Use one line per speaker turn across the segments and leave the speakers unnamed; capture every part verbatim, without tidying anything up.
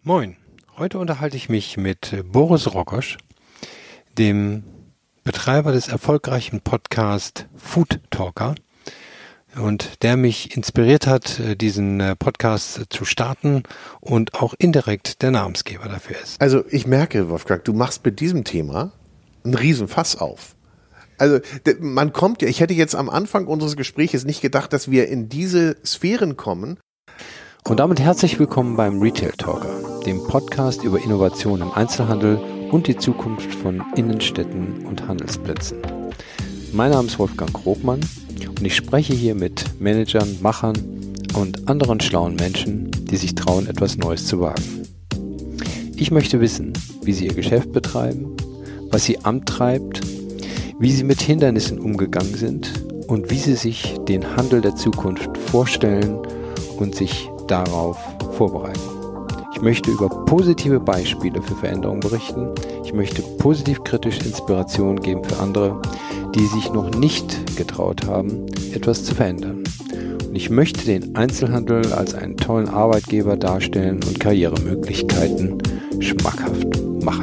Moin, heute unterhalte ich mich mit Boris Rogosch, dem Betreiber des erfolgreichen Podcasts Food Talker, und der mich inspiriert hat, diesen Podcast zu starten und auch indirekt der Namensgeber dafür ist.
Also ich merke, Wolfgang, du machst mit diesem Thema einen Riesenfass auf. Also man kommt ja, ich hätte jetzt am Anfang unseres Gesprächs nicht gedacht, dass wir in diese Sphären kommen.
Und damit herzlich willkommen beim Retail Talker, dem Podcast über Innovation im Einzelhandel und die Zukunft von Innenstädten und Handelsplätzen. Mein Name ist Wolfgang Grobmann und ich spreche hier mit Managern, Machern und anderen schlauen Menschen, die sich trauen, etwas Neues zu wagen. Ich möchte wissen, wie sie ihr Geschäft betreiben, was sie antreibt, wie sie mit Hindernissen umgegangen sind und wie sie sich den Handel der Zukunft vorstellen und sich darauf vorbereiten. Ich möchte über positive Beispiele für Veränderungen berichten. Ich möchte positiv kritisch Inspiration geben für andere, die sich noch nicht getraut haben, etwas zu verändern. Und ich möchte den Einzelhandel als einen tollen Arbeitgeber darstellen und Karrieremöglichkeiten schmackhaft machen.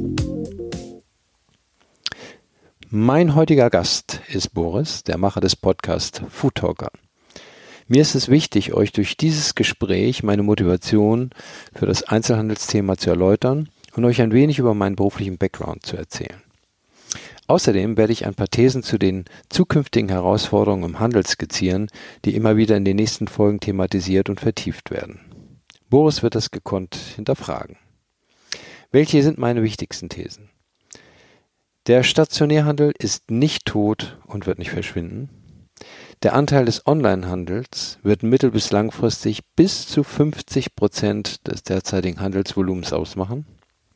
Mein heutiger Gast ist Boris, der Macher des Podcasts Food Talker. Mir ist es wichtig, euch durch dieses Gespräch meine Motivation für das Einzelhandelsthema zu erläutern und euch ein wenig über meinen beruflichen Background zu erzählen. Außerdem werde ich ein paar Thesen zu den zukünftigen Herausforderungen im Handel skizzieren, die immer wieder in den nächsten Folgen thematisiert und vertieft werden. Boris wird das gekonnt hinterfragen. Welche sind meine wichtigsten Thesen? Der Stationärhandel ist nicht tot und wird nicht verschwinden. Der Anteil des Onlinehandels wird mittel- bis langfristig bis zu fünfzig Prozent des derzeitigen Handelsvolumens ausmachen.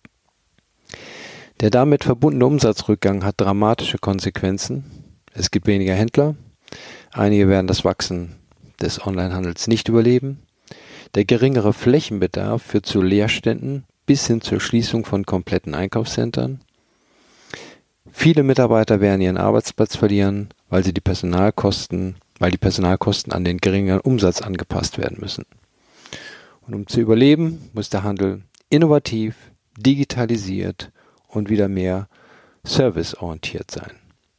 Der damit verbundene Umsatzrückgang hat dramatische Konsequenzen. Es gibt weniger Händler. Einige werden das Wachsen des Onlinehandels nicht überleben. Der geringere Flächenbedarf führt zu Leerständen bis hin zur Schließung von kompletten Einkaufszentren. Viele Mitarbeiter werden ihren Arbeitsplatz verlieren, weil sie die Personalkosten, weil die Personalkosten an den geringeren Umsatz angepasst werden müssen. Und um zu überleben, muss der Handel innovativ, digitalisiert und wieder mehr serviceorientiert sein.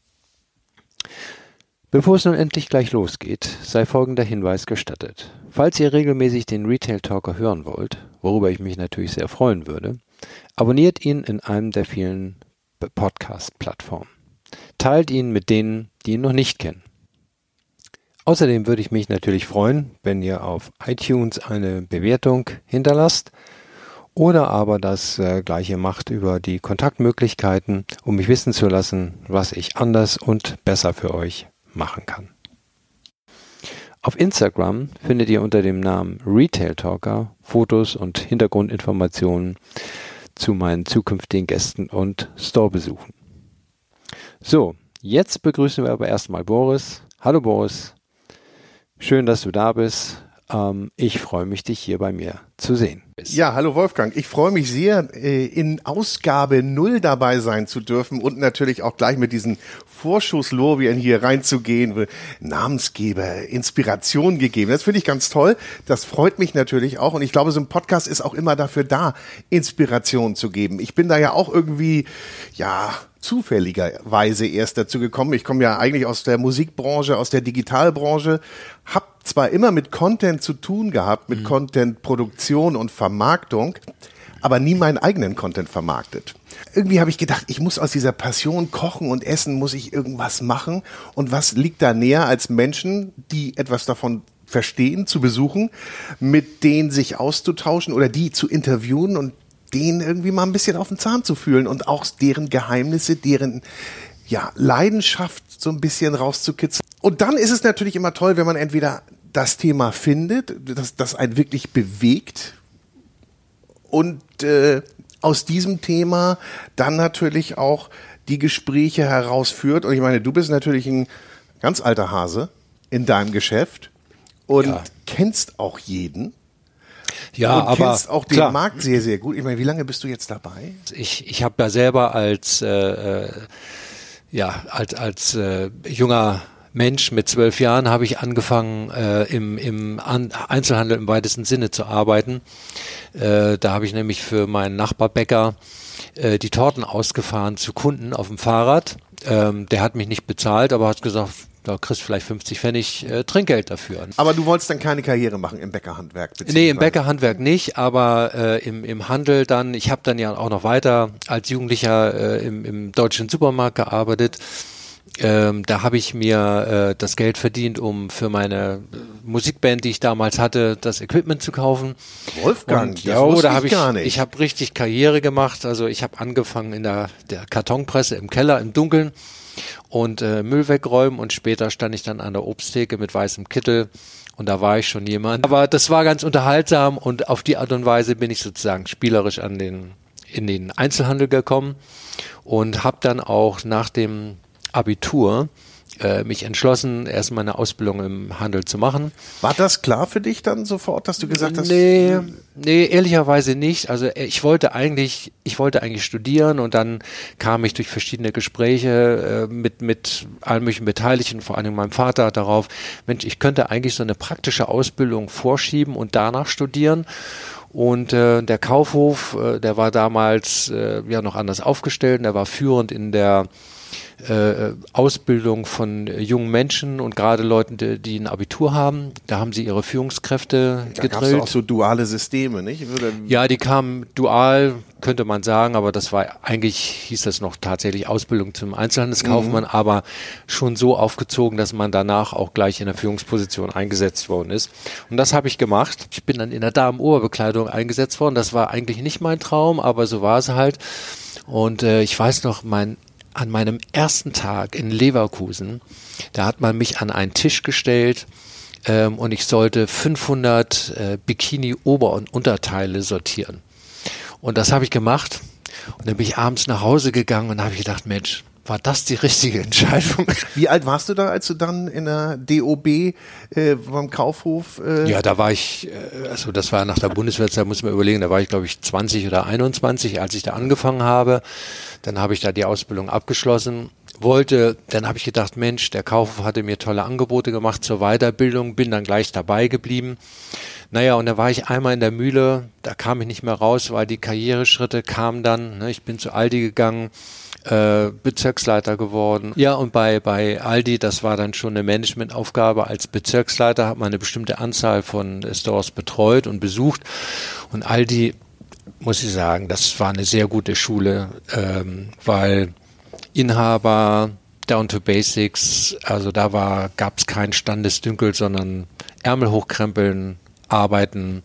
Bevor es nun endlich gleich losgeht, sei folgender Hinweis gestattet. Falls ihr regelmäßig den Retail Talker hören wollt, worüber ich mich natürlich sehr freuen würde, abonniert ihn in einem der vielen Podcast-Plattformen. Teilt ihn mit denen, die ihn noch nicht kennen. Außerdem würde ich mich natürlich freuen, wenn ihr auf iTunes eine Bewertung hinterlasst oder aber das äh, Gleiche macht über die Kontaktmöglichkeiten, um mich wissen zu lassen, was ich anders und besser für euch machen kann. Auf Instagram findet ihr unter dem Namen Retail Talker Fotos und Hintergrundinformationen zu meinen zukünftigen Gästen und Storebesuchen. So, jetzt begrüßen wir aber erstmal Boris. Hallo Boris, schön, dass du da bist. Ähm, ich freue mich, dich hier bei mir zu sehen.
Ja, hallo Wolfgang. Ich freue mich sehr, in Ausgabe null dabei sein zu dürfen und natürlich auch gleich mit diesen Vorschusslorbeeren hier reinzugehen. Namensgeber, Inspiration gegeben. Das finde ich ganz toll. Das freut mich natürlich auch. Und ich glaube, so ein Podcast ist auch immer dafür da, Inspiration zu geben. Ich bin da ja auch irgendwie, ja, zufälligerweise erst dazu gekommen. Ich komme ja eigentlich aus der Musikbranche, aus der Digitalbranche, hab zwar immer mit Content zu tun gehabt, mit mhm. Content-Produktion und Vermarktung, aber nie meinen eigenen Content vermarktet. Irgendwie habe ich gedacht, ich muss aus dieser Passion Kochen und Essen, muss ich irgendwas machen. Und was liegt da näher als Menschen, die etwas davon verstehen, zu besuchen, mit denen sich auszutauschen oder die zu interviewen und denen irgendwie mal ein bisschen auf den Zahn zu fühlen und auch deren Geheimnisse, deren ja, Leidenschaft so ein bisschen rauszukitzeln. Und dann ist es natürlich immer toll, wenn man entweder das Thema findet, das, das einen wirklich bewegt und äh, aus diesem Thema dann natürlich auch die Gespräche herausführt. Und ich meine, du bist natürlich ein ganz alter Hase in deinem Geschäft und ja. kennst auch jeden.
Ja,
und
aber
kennst auch den
klar.
Markt sehr, sehr gut. Ich meine, wie lange bist du jetzt dabei?
Ich, ich habe ja selber als, äh, ja, als, als äh, junger Mensch, mit zwölf Jahren habe ich angefangen, äh, im, im An- Einzelhandel im weitesten Sinne zu arbeiten. Äh, da habe ich nämlich für meinen Nachbarbäcker äh, die Torten ausgefahren zu Kunden auf dem Fahrrad. Ähm, der hat mich nicht bezahlt, aber hat gesagt, da kriegst du vielleicht fünfzig Pfennig äh, Trinkgeld dafür.
Aber du wolltest dann keine Karriere machen im Bäckerhandwerk?
Nee, im Bäckerhandwerk nicht, aber äh, im, im Handel dann. Ich habe dann ja auch noch weiter als Jugendlicher äh, im, im deutschen Supermarkt gearbeitet. Ähm, da habe ich mir äh, das Geld verdient, um für meine Musikband, die ich damals hatte, das Equipment zu kaufen.
Wolfgang,
und,
das
ja,
wusste
da
ich
hab ich
gar nicht.
Ich habe richtig Karriere gemacht. Also ich habe angefangen in der, der Kartonpresse im Keller im Dunkeln und äh, Müll wegräumen und später stand ich dann an der Obsttheke mit weißem Kittel und da war ich schon jemand. Aber das war ganz unterhaltsam und auf die Art und Weise bin ich sozusagen spielerisch an den in den Einzelhandel gekommen und habe dann auch nach dem Abitur äh, mich entschlossen, erst meine Ausbildung im Handel zu machen.
War das klar für dich dann sofort, dass du gesagt hast?
Nee, nee, ehrlicherweise nicht. Also ich wollte eigentlich, ich wollte eigentlich studieren und dann kam ich durch verschiedene Gespräche äh, mit, mit allen möglichen Beteiligten, vor allem meinem Vater, darauf, Mensch, ich könnte eigentlich so eine praktische Ausbildung vorschieben und danach studieren. Und äh, der Kaufhof, äh, der war damals äh, ja noch anders aufgestellt, der war führend in der Äh, Ausbildung von äh, jungen Menschen und gerade Leuten, die, die ein Abitur haben. Da haben sie ihre Führungskräfte
Da
gedrillt.
gab es auch so duale Systeme, nicht? Würde
ja, die kamen dual, könnte man sagen, aber das war eigentlich, hieß das noch tatsächlich Ausbildung zum Einzelhandelskaufmann, mhm. aber schon so aufgezogen, dass man danach auch gleich in der Führungsposition eingesetzt worden ist. Und das habe ich gemacht. Ich bin dann in der Damen-Oberbekleidung eingesetzt worden. Das war eigentlich nicht mein Traum, aber so war es halt. Und äh, ich weiß noch, mein an meinem ersten Tag in Leverkusen, da hat man mich an einen Tisch gestellt ähm, und ich sollte fünfhundert äh, Bikini-Ober- und Unterteile sortieren. Und das habe ich gemacht und dann bin ich abends nach Hause gegangen und habe ich gedacht, Mensch, war das die richtige Entscheidung?
Wie alt warst du da, als du dann in der D O B äh, beim Kaufhof? Äh
ja, da war ich, äh, also das war nach der Bundeswehrzeit, muss man überlegen, da war ich glaube ich zwanzig oder einundzwanzig, als ich da angefangen habe. Dann habe ich da die Ausbildung abgeschlossen, wollte, dann habe ich gedacht, Mensch, der Kaufhof hatte mir tolle Angebote gemacht zur Weiterbildung, bin dann gleich dabei geblieben. Naja, und da war ich einmal in der Mühle, da kam ich nicht mehr raus, weil die Karriereschritte kamen dann, ne, ich bin zu Aldi gegangen, Äh, Bezirksleiter geworden. Ja, und bei, bei Aldi, das war dann schon eine Managementaufgabe. Als Bezirksleiter hat man eine bestimmte Anzahl von Stores betreut und besucht. Und Aldi, muss ich sagen, das war eine sehr gute Schule, ähm, weil Inhaber, down to basics, also da war, gab es kein Standesdünkel, sondern Ärmel hochkrempeln, arbeiten,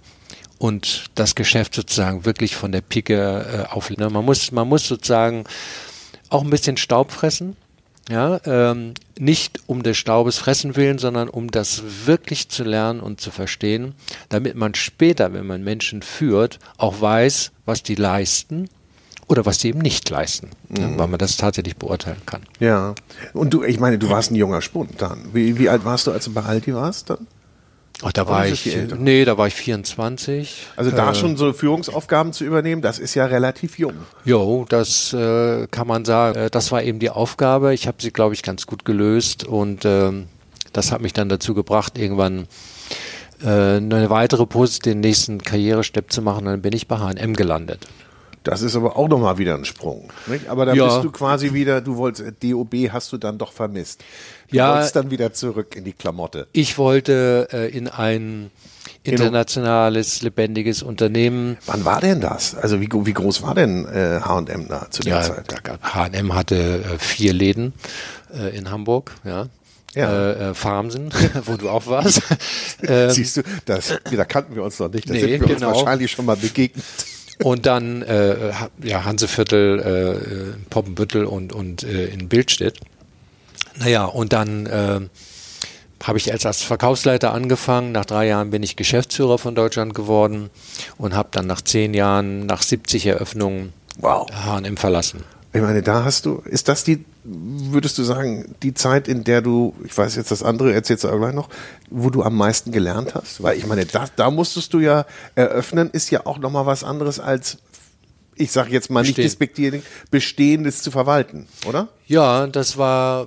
und das Geschäft sozusagen wirklich von der Pike äh, auf. Ne? Man muss, man muss sozusagen auch ein bisschen Staub fressen, ja, ähm, nicht um des Staubes fressen willen, sondern um das wirklich zu lernen und zu verstehen, damit man später, wenn man Menschen führt, auch weiß, was die leisten oder was sie eben nicht leisten, mhm. ja, weil man das tatsächlich beurteilen kann.
Ja, und du, ich meine, du warst ein junger Spund dann. Wie, wie alt warst du, als du bei Aldi warst dann?
Ach, da war ich, nee, da war ich vierundzwanzig.
Also da
äh,
schon so Führungsaufgaben zu übernehmen, das ist ja relativ jung.
Jo, das äh, kann man sagen. Äh, das war eben die Aufgabe. Ich habe sie, glaube ich, ganz gut gelöst und ähm, das hat mich dann dazu gebracht, irgendwann äh, eine weitere Post, den nächsten Karrierestep zu machen. Und dann bin ich bei H und M gelandet.
Das ist aber auch nochmal wieder ein Sprung. Nicht? Aber da
ja.
bist du quasi wieder, du wolltest, D O B hast du dann doch vermisst. Du
ja,
wolltest dann wieder zurück in die Klamotte.
Ich wollte äh, in ein internationales, lebendiges Unternehmen.
Wann war denn das? Also wie, wie groß war denn äh, H und M da zu der
ja,
Zeit?
H und M hatte äh, vier Läden äh, in Hamburg, ja.
Ja.
Äh, Farmsen, wo du auch warst. ähm,
Siehst du, das, da kannten wir uns noch nicht, da
nee,
sind wir
genau.
uns wahrscheinlich schon mal begegnet.
Und dann äh, ja, Hanseviertel, äh, Poppenbüttel und, und äh, in Bildstedt. Naja, und dann äh, habe ich als, als Verkaufsleiter angefangen. Nach drei Jahren bin ich Geschäftsführer von Deutschland geworden und habe dann nach zehn Jahren, nach siebzig Eröffnungen
wow.
H und M verlassen.
Ich meine, da hast du, ist das die, würdest du sagen, die Zeit, in der du, ich weiß jetzt das andere, erzählst du auch gleich noch, wo du am meisten gelernt hast? Weil ich meine, da, da musstest du ja eröffnen, ist ja auch nochmal was anderes als, ich sage jetzt mal nicht despektierlich, Bestehendes zu verwalten, oder?
Ja, das war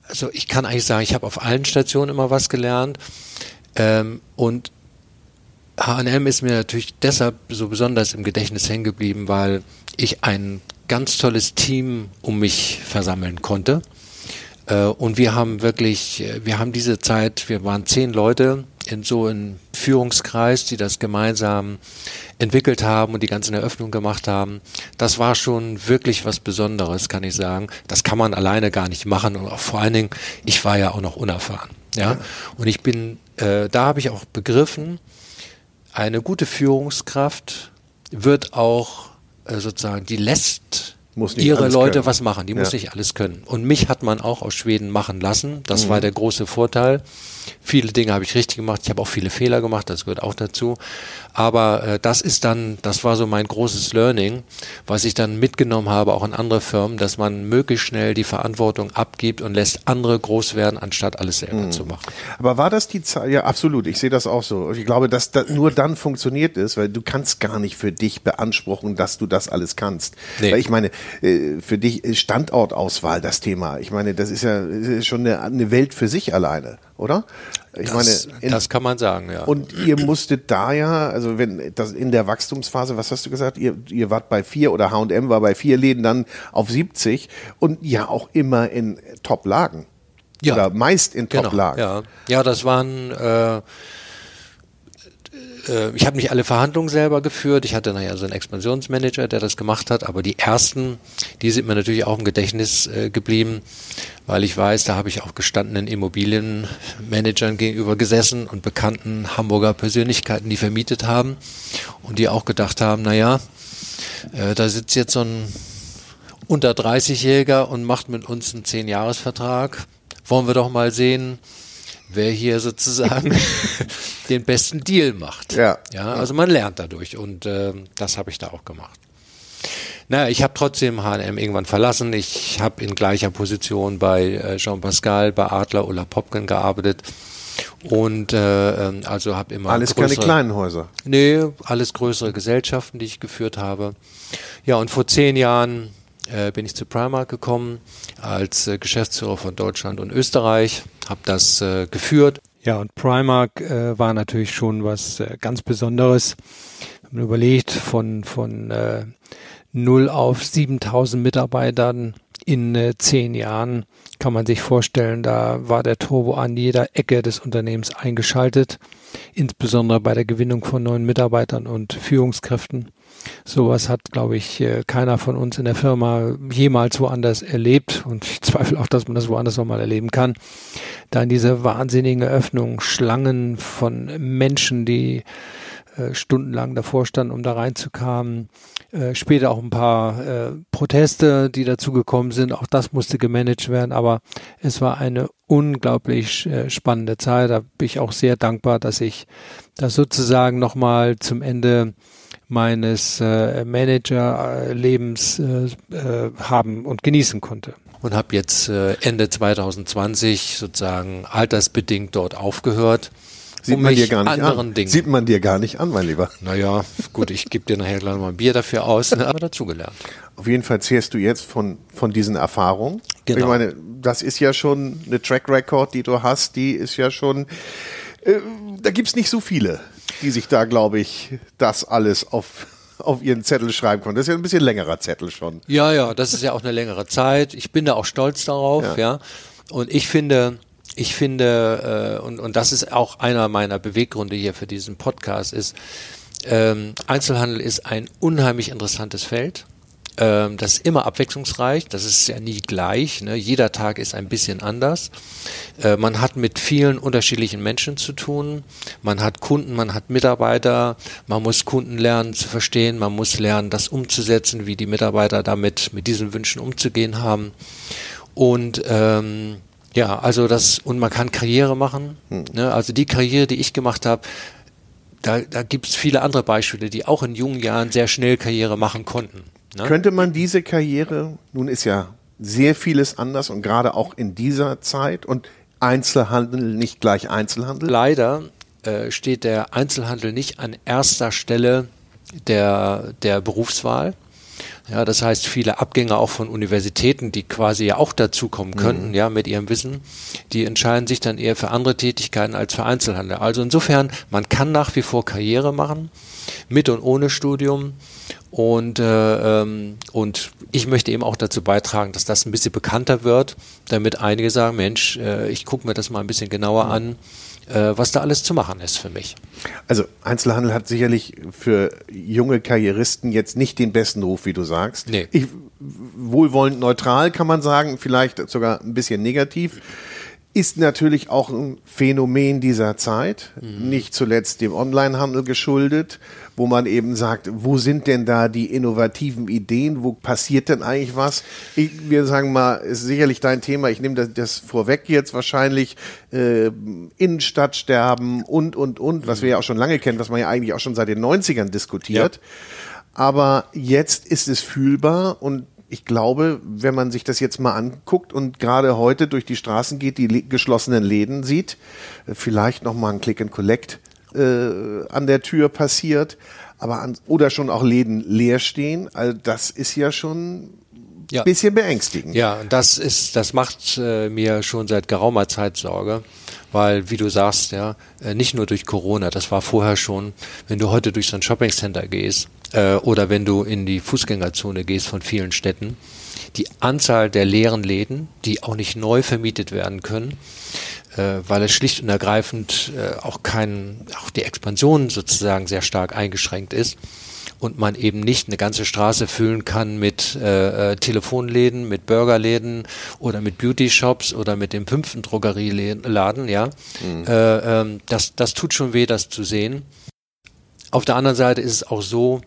also ich kann eigentlich sagen, ich habe auf allen Stationen immer was gelernt. Ähm, und H und M ist mir natürlich deshalb so besonders im Gedächtnis hängen geblieben, weil ich ein ganz tolles Team um mich versammeln konnte. Äh, und wir haben wirklich, wir haben diese Zeit, wir waren zehn Leute in so einem Führungskreis, die das gemeinsam entwickelt haben und die ganzen Eröffnungen gemacht haben. Das war schon wirklich was Besonderes, kann ich sagen. Das kann man alleine gar nicht machen und auch vor allen Dingen, ich war ja auch noch unerfahren. Ja, ja. Und ich bin, äh, da habe ich auch begriffen, eine gute Führungskraft wird auch äh, sozusagen, die lässt ihre Leute können. was machen, die ja. muss nicht alles können. Und mich hat man auch aus Schweden machen lassen, das mhm. war der große Vorteil. Viele Dinge habe ich richtig gemacht, ich habe auch viele Fehler gemacht, das gehört auch dazu. Aber äh, das ist dann, das war so mein großes Learning, was ich dann mitgenommen habe, auch in andere Firmen, dass man möglichst schnell die Verantwortung abgibt und lässt andere groß werden, anstatt alles selber mhm. zu machen.
Aber war das die Zeit? Ja, absolut, ich sehe das auch so. Ich glaube, dass das nur dann funktioniert ist, weil du kannst gar nicht für dich beanspruchen, dass du das alles kannst. Nee. Weil ich meine, für dich ist Standortauswahl das Thema. Ich meine, das ist ja schon eine, eine Welt für sich alleine, oder? Ich
das,
meine, in,
das kann man sagen, ja.
Und ihr musstet da ja, also wenn das in der Wachstumsphase, was hast du gesagt, ihr, ihr wart bei vier oder H und M war bei vier Läden dann auf siebzig und ja auch immer in Top-Lagen. Ja. Oder meist in Top-Lagen.
Genau, ja. ja, das waren äh, ich habe nicht alle Verhandlungen selber geführt. Ich hatte nachher so einen Expansionsmanager, der das gemacht hat. Aber die ersten, die sind mir natürlich auch im Gedächtnis äh, geblieben, weil ich weiß, da habe ich auch gestandenen Immobilienmanagern gegenüber gesessen und bekannten Hamburger Persönlichkeiten, die vermietet haben und die auch gedacht haben, naja, äh, da sitzt jetzt so ein unter dreißigjähriger und macht mit uns einen zehn-Jahres-Vertrag. Wollen wir doch mal sehen, wer hier sozusagen den besten Deal macht. Ja. Ja, also man lernt dadurch und äh, das habe ich da auch gemacht. Naja, ich habe trotzdem H und M irgendwann verlassen. Ich habe in gleicher Position bei äh, Jean Pascal, bei Adler, Ulla Popken gearbeitet und äh, also habe immer
alles größere, keine kleinen Häuser.
Nee, alles größere Gesellschaften, die ich geführt habe. Ja, und vor zehn Jahren äh, bin ich zu Primark gekommen als äh, Geschäftsführer von Deutschland und Österreich, habe das äh, geführt.
Ja, und Primark äh, war natürlich schon was äh, ganz Besonderes. Wir haben überlegt, von von äh, null auf siebentausend Mitarbeitern in äh, zehn Jahren kann man sich vorstellen, da war der Turbo an jeder Ecke des Unternehmens eingeschaltet, insbesondere bei der Gewinnung von neuen Mitarbeitern und Führungskräften. Sowas hat, glaube ich, keiner von uns in der Firma jemals woanders erlebt und ich zweifle auch, dass man das woanders nochmal erleben kann. Da in dieser wahnsinnigen Eröffnung Schlangen von Menschen, die äh, stundenlang davor standen, um da reinzukommen. Äh, später auch ein paar äh, Proteste, die dazugekommen sind. Auch das musste gemanagt werden, aber es war eine unglaublich äh, spannende Zeit. Da bin ich auch sehr dankbar, dass ich das sozusagen nochmal zum Ende meines äh, Managerlebens äh, äh, haben und genießen konnte.
Und habe jetzt äh, Ende zwanzig zwanzig sozusagen altersbedingt dort aufgehört.
Sieht man dir gar nicht an. Dingen. Sieht man dir gar nicht an, mein Lieber.
Naja, gut, ich gebe dir nachher gleich mal ein Bier dafür aus, ne, aber dazugelernt.
Auf jeden Fall zehrst du jetzt von, von diesen Erfahrungen.
Genau.
Ich meine, das ist ja schon eine Track Record, die du hast, die ist ja schon, äh, da gibt's nicht so viele, die sich da, glaube ich, das alles auf, auf ihren Zettel schreiben konnten. Das ist ja ein bisschen längerer Zettel schon.
Ja, ja, das ist ja auch eine längere Zeit. Ich bin da auch stolz darauf, ja. ja. Und ich finde, ich finde, äh, und, und das ist auch einer meiner Beweggründe hier für diesen Podcast, ist, ähm, Einzelhandel ist ein unheimlich interessantes Feld. Ähm, das ist immer abwechslungsreich, das ist ja nie gleich, ne? Jeder Tag ist ein bisschen anders. Äh, man hat mit vielen unterschiedlichen Menschen zu tun, man hat Kunden, man hat Mitarbeiter, man muss Kunden lernen zu verstehen, man muss lernen, das umzusetzen, wie die Mitarbeiter damit mit diesen Wünschen umzugehen haben. Und ähm, ja, also das, und man kann Karriere machen, hm. ne? Also die Karriere, die ich gemacht habe, da, da gibt es viele andere Beispiele, die auch in jungen Jahren sehr schnell Karriere machen konnten. Ne?
Könnte man diese Karriere, nun ist ja sehr vieles anders und gerade auch in dieser Zeit und Einzelhandel nicht gleich Einzelhandel?
Leider äh, steht der Einzelhandel nicht an erster Stelle der, der Berufswahl,
Ja, das heißt, viele Abgänger auch von Universitäten, die quasi ja auch dazukommen könnten, mhm. ja, mit ihrem Wissen, die entscheiden sich dann eher für andere Tätigkeiten als für Einzelhandel. Also insofern, man kann nach wie vor Karriere machen, mit und ohne Studium. Und, äh, ähm, und ich möchte eben auch dazu beitragen, dass das ein bisschen bekannter wird, damit einige sagen, Mensch, äh, ich gucke mir das mal ein bisschen genauer mhm. an, äh, was da alles zu machen ist für mich.
Also Einzelhandel hat sicherlich für junge Karrieristen jetzt nicht den besten Ruf, wie du sagst.
Nee.
Ich, wohlwollend neutral kann man sagen, vielleicht sogar ein bisschen negativ. Ist natürlich auch ein Phänomen dieser Zeit, mhm. nicht zuletzt dem Onlinehandel geschuldet, wo man eben sagt, wo sind denn da die innovativen Ideen, wo passiert denn eigentlich was? Ich, wir sagen mal, ist sicherlich dein Thema, ich nehme das, das vorweg jetzt wahrscheinlich, äh, Innenstadtsterben und, und, und, mhm. was wir ja auch schon lange kennen, was man ja eigentlich auch schon seit den neunzigern diskutiert. Ja. Aber jetzt ist es fühlbar und ich glaube, wenn man sich das jetzt mal anguckt und gerade heute durch die Straßen geht, die le- geschlossenen Läden sieht, vielleicht nochmal ein Click and Collect äh, an der Tür passiert, aber an, oder schon auch Läden leer stehen, also das ist ja schon
ja.
ein bisschen beängstigend.
Ja, das ist, das macht äh, mir schon seit geraumer Zeit Sorge, weil, wie du sagst, ja, äh, nicht nur durch Corona, das war vorher schon, wenn du heute durch so ein Shoppingcenter gehst, oder wenn du in die Fußgängerzone gehst von vielen Städten, die Anzahl der leeren Läden, die auch nicht neu vermietet werden können, äh, weil es schlicht und ergreifend äh, auch kein, auch die Expansion sozusagen sehr stark eingeschränkt ist und man eben nicht eine ganze Straße füllen kann mit äh, Telefonläden, mit Burgerläden oder mit Beauty-Shops oder mit dem fünften Drogerieladen, ja. Mhm. Äh, ähm, das, das tut schon weh, das zu sehen. Auf der anderen Seite ist es auch so,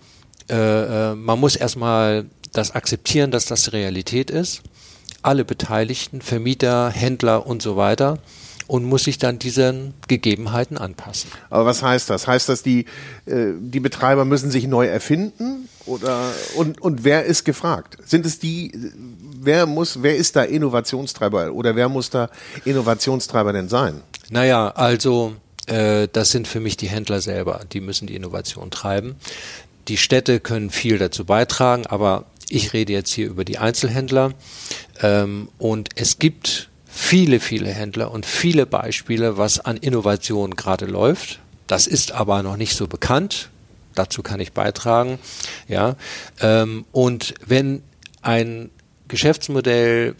äh, man muss erstmal das akzeptieren, dass das Realität ist. Alle Beteiligten, Vermieter, Händler und so weiter und muss sich dann diesen Gegebenheiten anpassen.
Aber was heißt das? Heißt das, die, äh, die Betreiber müssen sich neu erfinden? Oder, und, und wer ist gefragt? Sind es die, wer muss, wer ist da Innovationstreiber oder wer muss da Innovationstreiber denn sein?
Naja, also das sind für mich die Händler selber, die müssen die Innovation treiben. Die Städte können viel dazu beitragen, aber ich rede jetzt hier über die Einzelhändler ähm, und es gibt viele, viele Händler und viele Beispiele, was an Innovation gerade läuft. Das ist aber noch nicht so bekannt. Dazu kann ich beitragen. Ja, ähm, und wenn ein Geschäftsmodell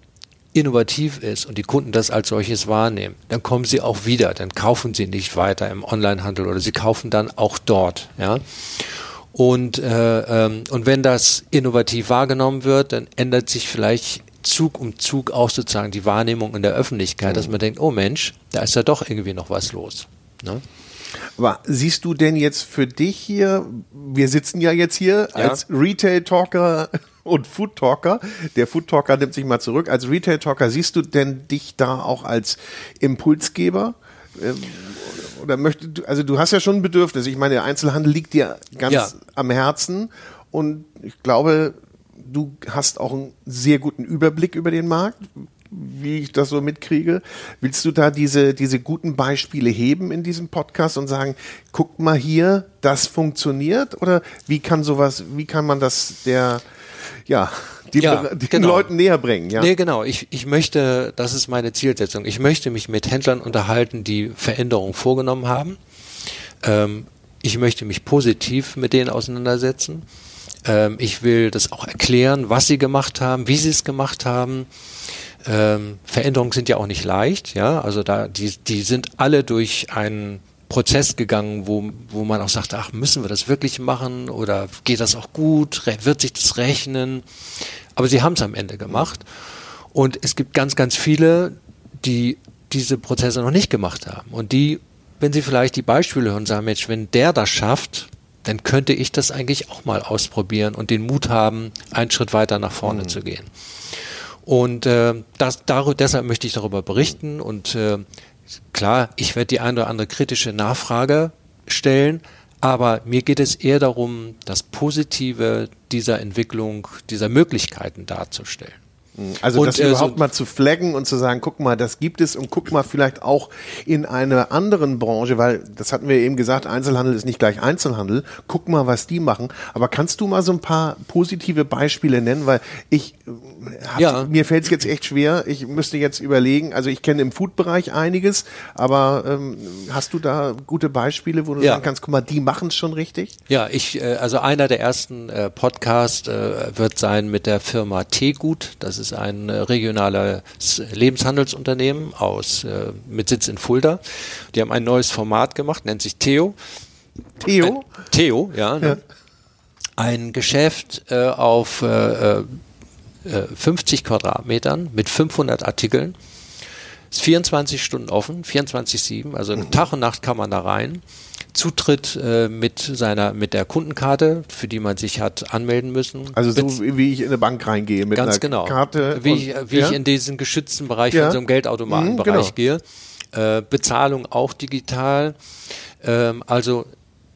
innovativ ist und die Kunden das als solches wahrnehmen, dann kommen sie auch wieder, dann kaufen sie nicht weiter im Onlinehandel oder sie kaufen dann auch dort, ja. Und, äh, ähm, und wenn das innovativ wahrgenommen wird, dann ändert sich vielleicht Zug um Zug auch sozusagen die Wahrnehmung in der Öffentlichkeit, mhm. dass man denkt, oh Mensch, da ist ja doch irgendwie noch was los, ne?
Aber siehst du denn jetzt für dich hier, wir sitzen ja jetzt hier ja. als Retail-Talker und Food-Talker, der Food-Talker nimmt sich mal zurück, als Retail-Talker, siehst du denn dich da auch als Impulsgeber? Oder möchtest du, also du hast ja schon ein Bedürfnis, ich meine, der Einzelhandel liegt dir ganz ja. am Herzen und ich glaube, du hast auch einen sehr guten Überblick über den Markt, wie ich das so mitkriege. Willst du da diese, diese guten Beispiele heben in diesem Podcast und sagen, guckt mal hier, das funktioniert? Oder wie kann sowas, wie kann man das der, ja, die,
ja,
den
genau.
Leuten näher bringen? Ja?
Nee, genau. Ich, ich möchte, das ist meine Zielsetzung, ich möchte mich mit Händlern unterhalten, die Veränderungen vorgenommen haben. Ähm, ich möchte mich positiv mit denen auseinandersetzen. Ähm, ich will das auch erklären, was sie gemacht haben, wie sie es gemacht haben. Ähm, Veränderungen sind ja auch nicht leicht, ja, also da, die, die sind alle durch einen Prozess gegangen, wo, wo man auch sagt, ach, müssen wir das wirklich machen oder geht das auch gut, wird sich das rechnen? Aber sie haben es am Ende gemacht und es gibt ganz, ganz viele, die diese Prozesse noch nicht gemacht haben und die, wenn sie vielleicht die Beispiele hören, sagen, Mensch, wenn der das schafft, dann könnte ich das eigentlich auch mal ausprobieren und den Mut haben, einen Schritt weiter nach vorne mhm. zu gehen. Und äh, das, dar- deshalb möchte ich darüber berichten und äh, klar, ich werde die eine oder andere kritische Nachfrage stellen, aber mir geht es eher darum, das Positive dieser Entwicklung, dieser Möglichkeiten darzustellen.
Also
und,
das
äh,
überhaupt
so,
mal zu flaggen und zu sagen, guck mal, das gibt es und guck mal vielleicht auch in einer anderen Branche, weil das hatten wir eben gesagt, Einzelhandel ist nicht gleich Einzelhandel. Guck mal, was die machen. Aber kannst du mal so ein paar positive Beispiele nennen, weil ich hab,
ja.
mir fällt es jetzt echt schwer. Ich müsste jetzt überlegen. Also ich kenne im Food-Bereich einiges, aber ähm, hast du da gute Beispiele, wo du
ja.
sagen kannst, guck mal, die machen es schon richtig?
Ja, ich äh, also einer der ersten äh, Podcasts äh, wird sein mit der Firma Teegut. Das ist ein äh, regionales Lebenshandelsunternehmen aus äh, mit Sitz in Fulda. Die haben ein neues Format gemacht, nennt sich Theo.
Theo?
Ein, Theo, ja. Ne?
Ja.
Ein Geschäft äh, auf äh, äh, fünfzig Quadratmetern mit fünfhundert Artikeln. Ist vierundzwanzig Stunden offen, vierundzwanzig sieben, also mhm. Tag und Nacht kann man da rein. Zutritt äh, mit seiner mit der Kundenkarte, für die man sich hat anmelden müssen.
Also so Bez- wie ich in eine Bank reingehe mit
ganz
einer
genau.
Karte.
Wie,
und,
ich, wie
ja?
ich in diesen geschützten Bereich
ja.
von so einem Geldautomatenbereich
mhm, genau.
gehe. Äh, Bezahlung auch digital. Ähm, also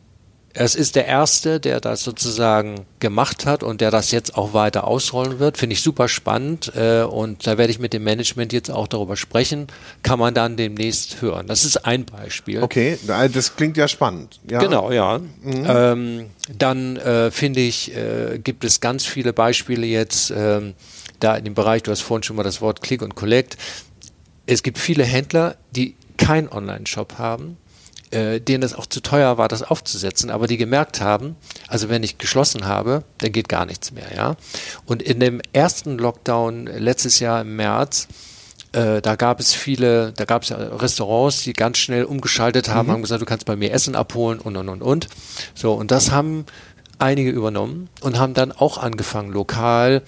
es ist der Erste, der das sozusagen gemacht hat und der das jetzt auch weiter ausrollen wird. Finde ich super spannend äh, und da werde ich mit dem Management jetzt auch darüber sprechen. Kann man dann demnächst hören. Das ist ein Beispiel.
Okay, das klingt ja spannend. Ja.
Genau, ja. Mhm. Ähm, dann äh, finde ich, äh, gibt es ganz viele Beispiele jetzt ähm, da in dem Bereich, du hast vorhin schon mal das Wort Click und Collect. Es gibt viele Händler, die keinen Online-Shop haben, Äh, denen das auch zu teuer war, das aufzusetzen, aber die gemerkt haben, also wenn ich geschlossen habe, dann geht gar nichts mehr, ja. Und in dem ersten Lockdown letztes Jahr im März, äh, da gab es viele, da gab es ja Restaurants, die ganz schnell umgeschaltet haben, mhm. haben gesagt, du kannst bei mir Essen abholen und und und und. So, und das haben einige übernommen und haben dann auch angefangen, lokal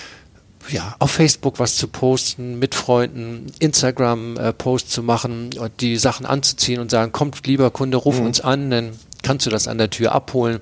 ja, auf Facebook was zu posten, mit Freunden, Instagram-Posts äh, zu machen und die Sachen anzuziehen und sagen, kommt lieber Kunde, ruf mhm. uns an, dann kannst du das an der Tür abholen.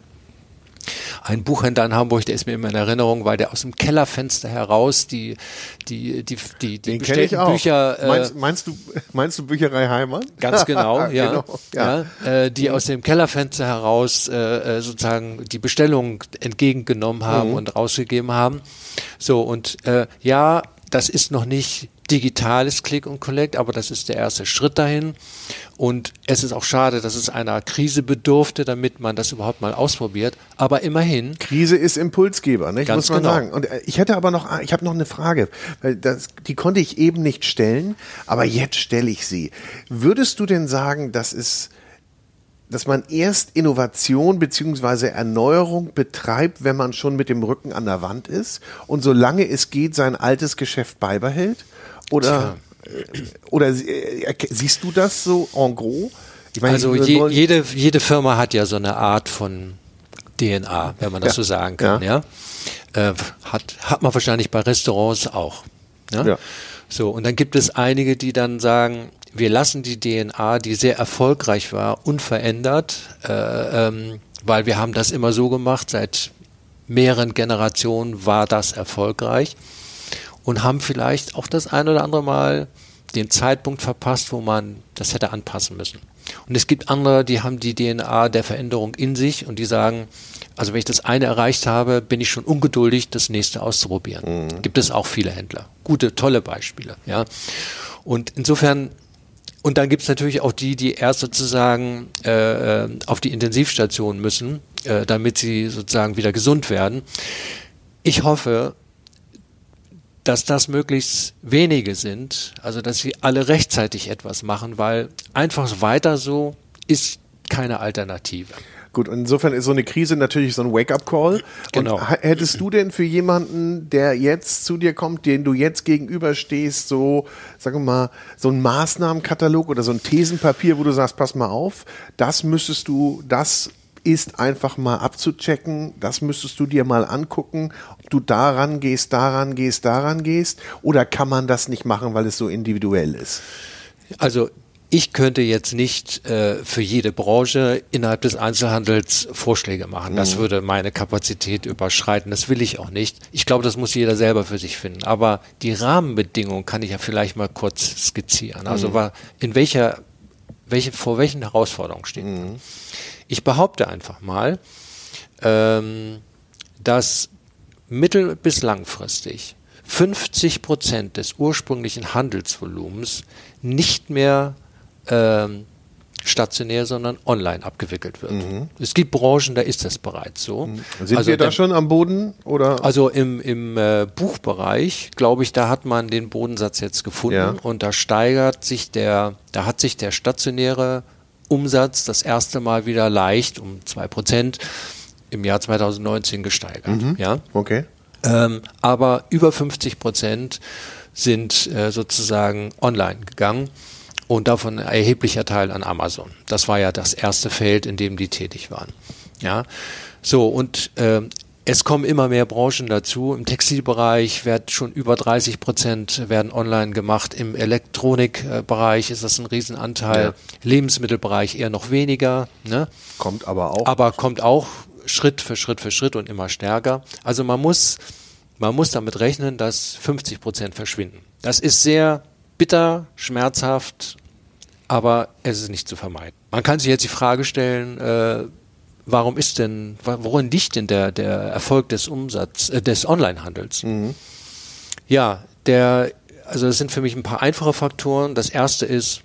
Ein Buchhändler in Hamburg, der ist mir immer in Erinnerung, weil der aus dem Kellerfenster heraus die die die die, die bestellten Bücher
äh, meinst, meinst du meinst du Bücherei Heimat?
Ganz genau, ja,
genau, ja.
ja äh, die aus dem Kellerfenster heraus äh, sozusagen die Bestellung entgegengenommen haben mhm. und rausgegeben haben. So und äh, ja, das ist noch nicht digitales Click und Collect, aber das ist der erste Schritt dahin. Und es ist auch schade, dass es einer Krise bedurfte, damit man das überhaupt mal ausprobiert. Aber immerhin.
Krise ist Impulsgeber, nicht?
Ganz
muss man
genau.
sagen. Und ich hätte aber noch, ich habe noch eine Frage, weil das, die konnte ich eben nicht stellen, aber jetzt stelle ich sie. Würdest du denn sagen, dass es dass man erst Innovation beziehungsweise Erneuerung betreibt, wenn man schon mit dem Rücken an der Wand ist und solange es geht, sein altes Geschäft beibehält? Oder, oder äh, siehst du das so en gros? Ich meine,
also
ich,
je, jede, jede Firma hat ja so eine Art von D N A, wenn man das ja. so sagen kann. Ja. ja? Äh, hat, hat man wahrscheinlich bei Restaurants auch. Ja? Ja. So, und dann gibt es einige, die dann sagen, wir lassen die D N A, die sehr erfolgreich war, unverändert, äh, ähm, weil wir haben das immer so gemacht, seit mehreren Generationen war das erfolgreich und haben vielleicht auch das ein oder andere Mal den Zeitpunkt verpasst, wo man das hätte anpassen müssen. Und es gibt andere, die haben die D N A der Veränderung in sich und die sagen, also wenn ich das eine erreicht habe, bin ich schon ungeduldig, das nächste auszuprobieren. Mhm. Gibt es auch viele Händler. Gute, tolle Beispiele. Ja. Und insofern, und dann gibt es natürlich auch die, die erst sozusagen äh, auf die Intensivstation müssen, äh, damit sie sozusagen wieder gesund werden. Ich hoffe, dass das möglichst wenige sind, also dass sie alle rechtzeitig etwas machen, weil einfach weiter so ist keine Alternative.
Gut, insofern ist so eine Krise natürlich so ein Wake-up-Call.
Genau.
Und hättest du denn für jemanden, der jetzt zu dir kommt, den du jetzt gegenüberstehst, so, sagen wir mal, so ein Maßnahmenkatalog oder so ein Thesenpapier, wo du sagst, pass mal auf, das müsstest du, das ist einfach mal abzuchecken, das müsstest du dir mal angucken, ob du daran gehst, daran gehst, daran gehst, oder kann man das nicht machen, weil es so individuell ist?
Also ich könnte jetzt nicht äh, für jede Branche innerhalb des Einzelhandels Vorschläge machen. Das mhm. würde meine Kapazität überschreiten. Das will ich auch nicht. Ich glaube, das muss jeder selber für sich finden. Aber die Rahmenbedingungen kann ich ja vielleicht mal kurz skizzieren. Also mhm. in welcher, welche, vor welchen Herausforderungen steht man? Mhm. Ich behaupte einfach mal, ähm, dass mittel- bis langfristig
fünfzig Prozent des ursprünglichen Handelsvolumens nicht mehr ähm, stationär, sondern online abgewickelt wird. Mhm. Es gibt Branchen, da ist das bereits so.
Mhm. Sind also wir da schon am Boden? Oder?
Also im, im äh, Buchbereich, glaube ich, da hat man den Bodensatz jetzt gefunden ja. und da steigert sich der, da hat sich der stationäre Umsatz das erste Mal wieder leicht um zwei Prozent im Jahr zwanzig neunzehn gesteigert. Mhm. Ja?
Okay.
Ähm, aber über fünfzig Prozent sind äh, sozusagen online gegangen. Und davon ein erheblicher Teil an Amazon. Das war ja das erste Feld, in dem die tätig waren. Ja, so und äh, es kommen immer mehr Branchen dazu. Im Textilbereich wird schon über dreißig Prozent werden online gemacht. Im Elektronikbereich ist das ein Riesenanteil. Ja. Lebensmittelbereich eher noch weniger. Ne?
Kommt aber auch.
Aber kommt auch Schritt für Schritt für Schritt und immer stärker. Also man muss, man muss damit rechnen, dass fünfzig Prozent verschwinden. Das ist sehr bitter, schmerzhaft, aber es ist nicht zu vermeiden. Man kann sich jetzt die Frage stellen, äh, warum ist denn, worin liegt denn der, der Erfolg des Umsatz, äh, des Onlinehandels? Mhm. Ja, der, also das sind für mich ein paar einfache Faktoren. Das erste ist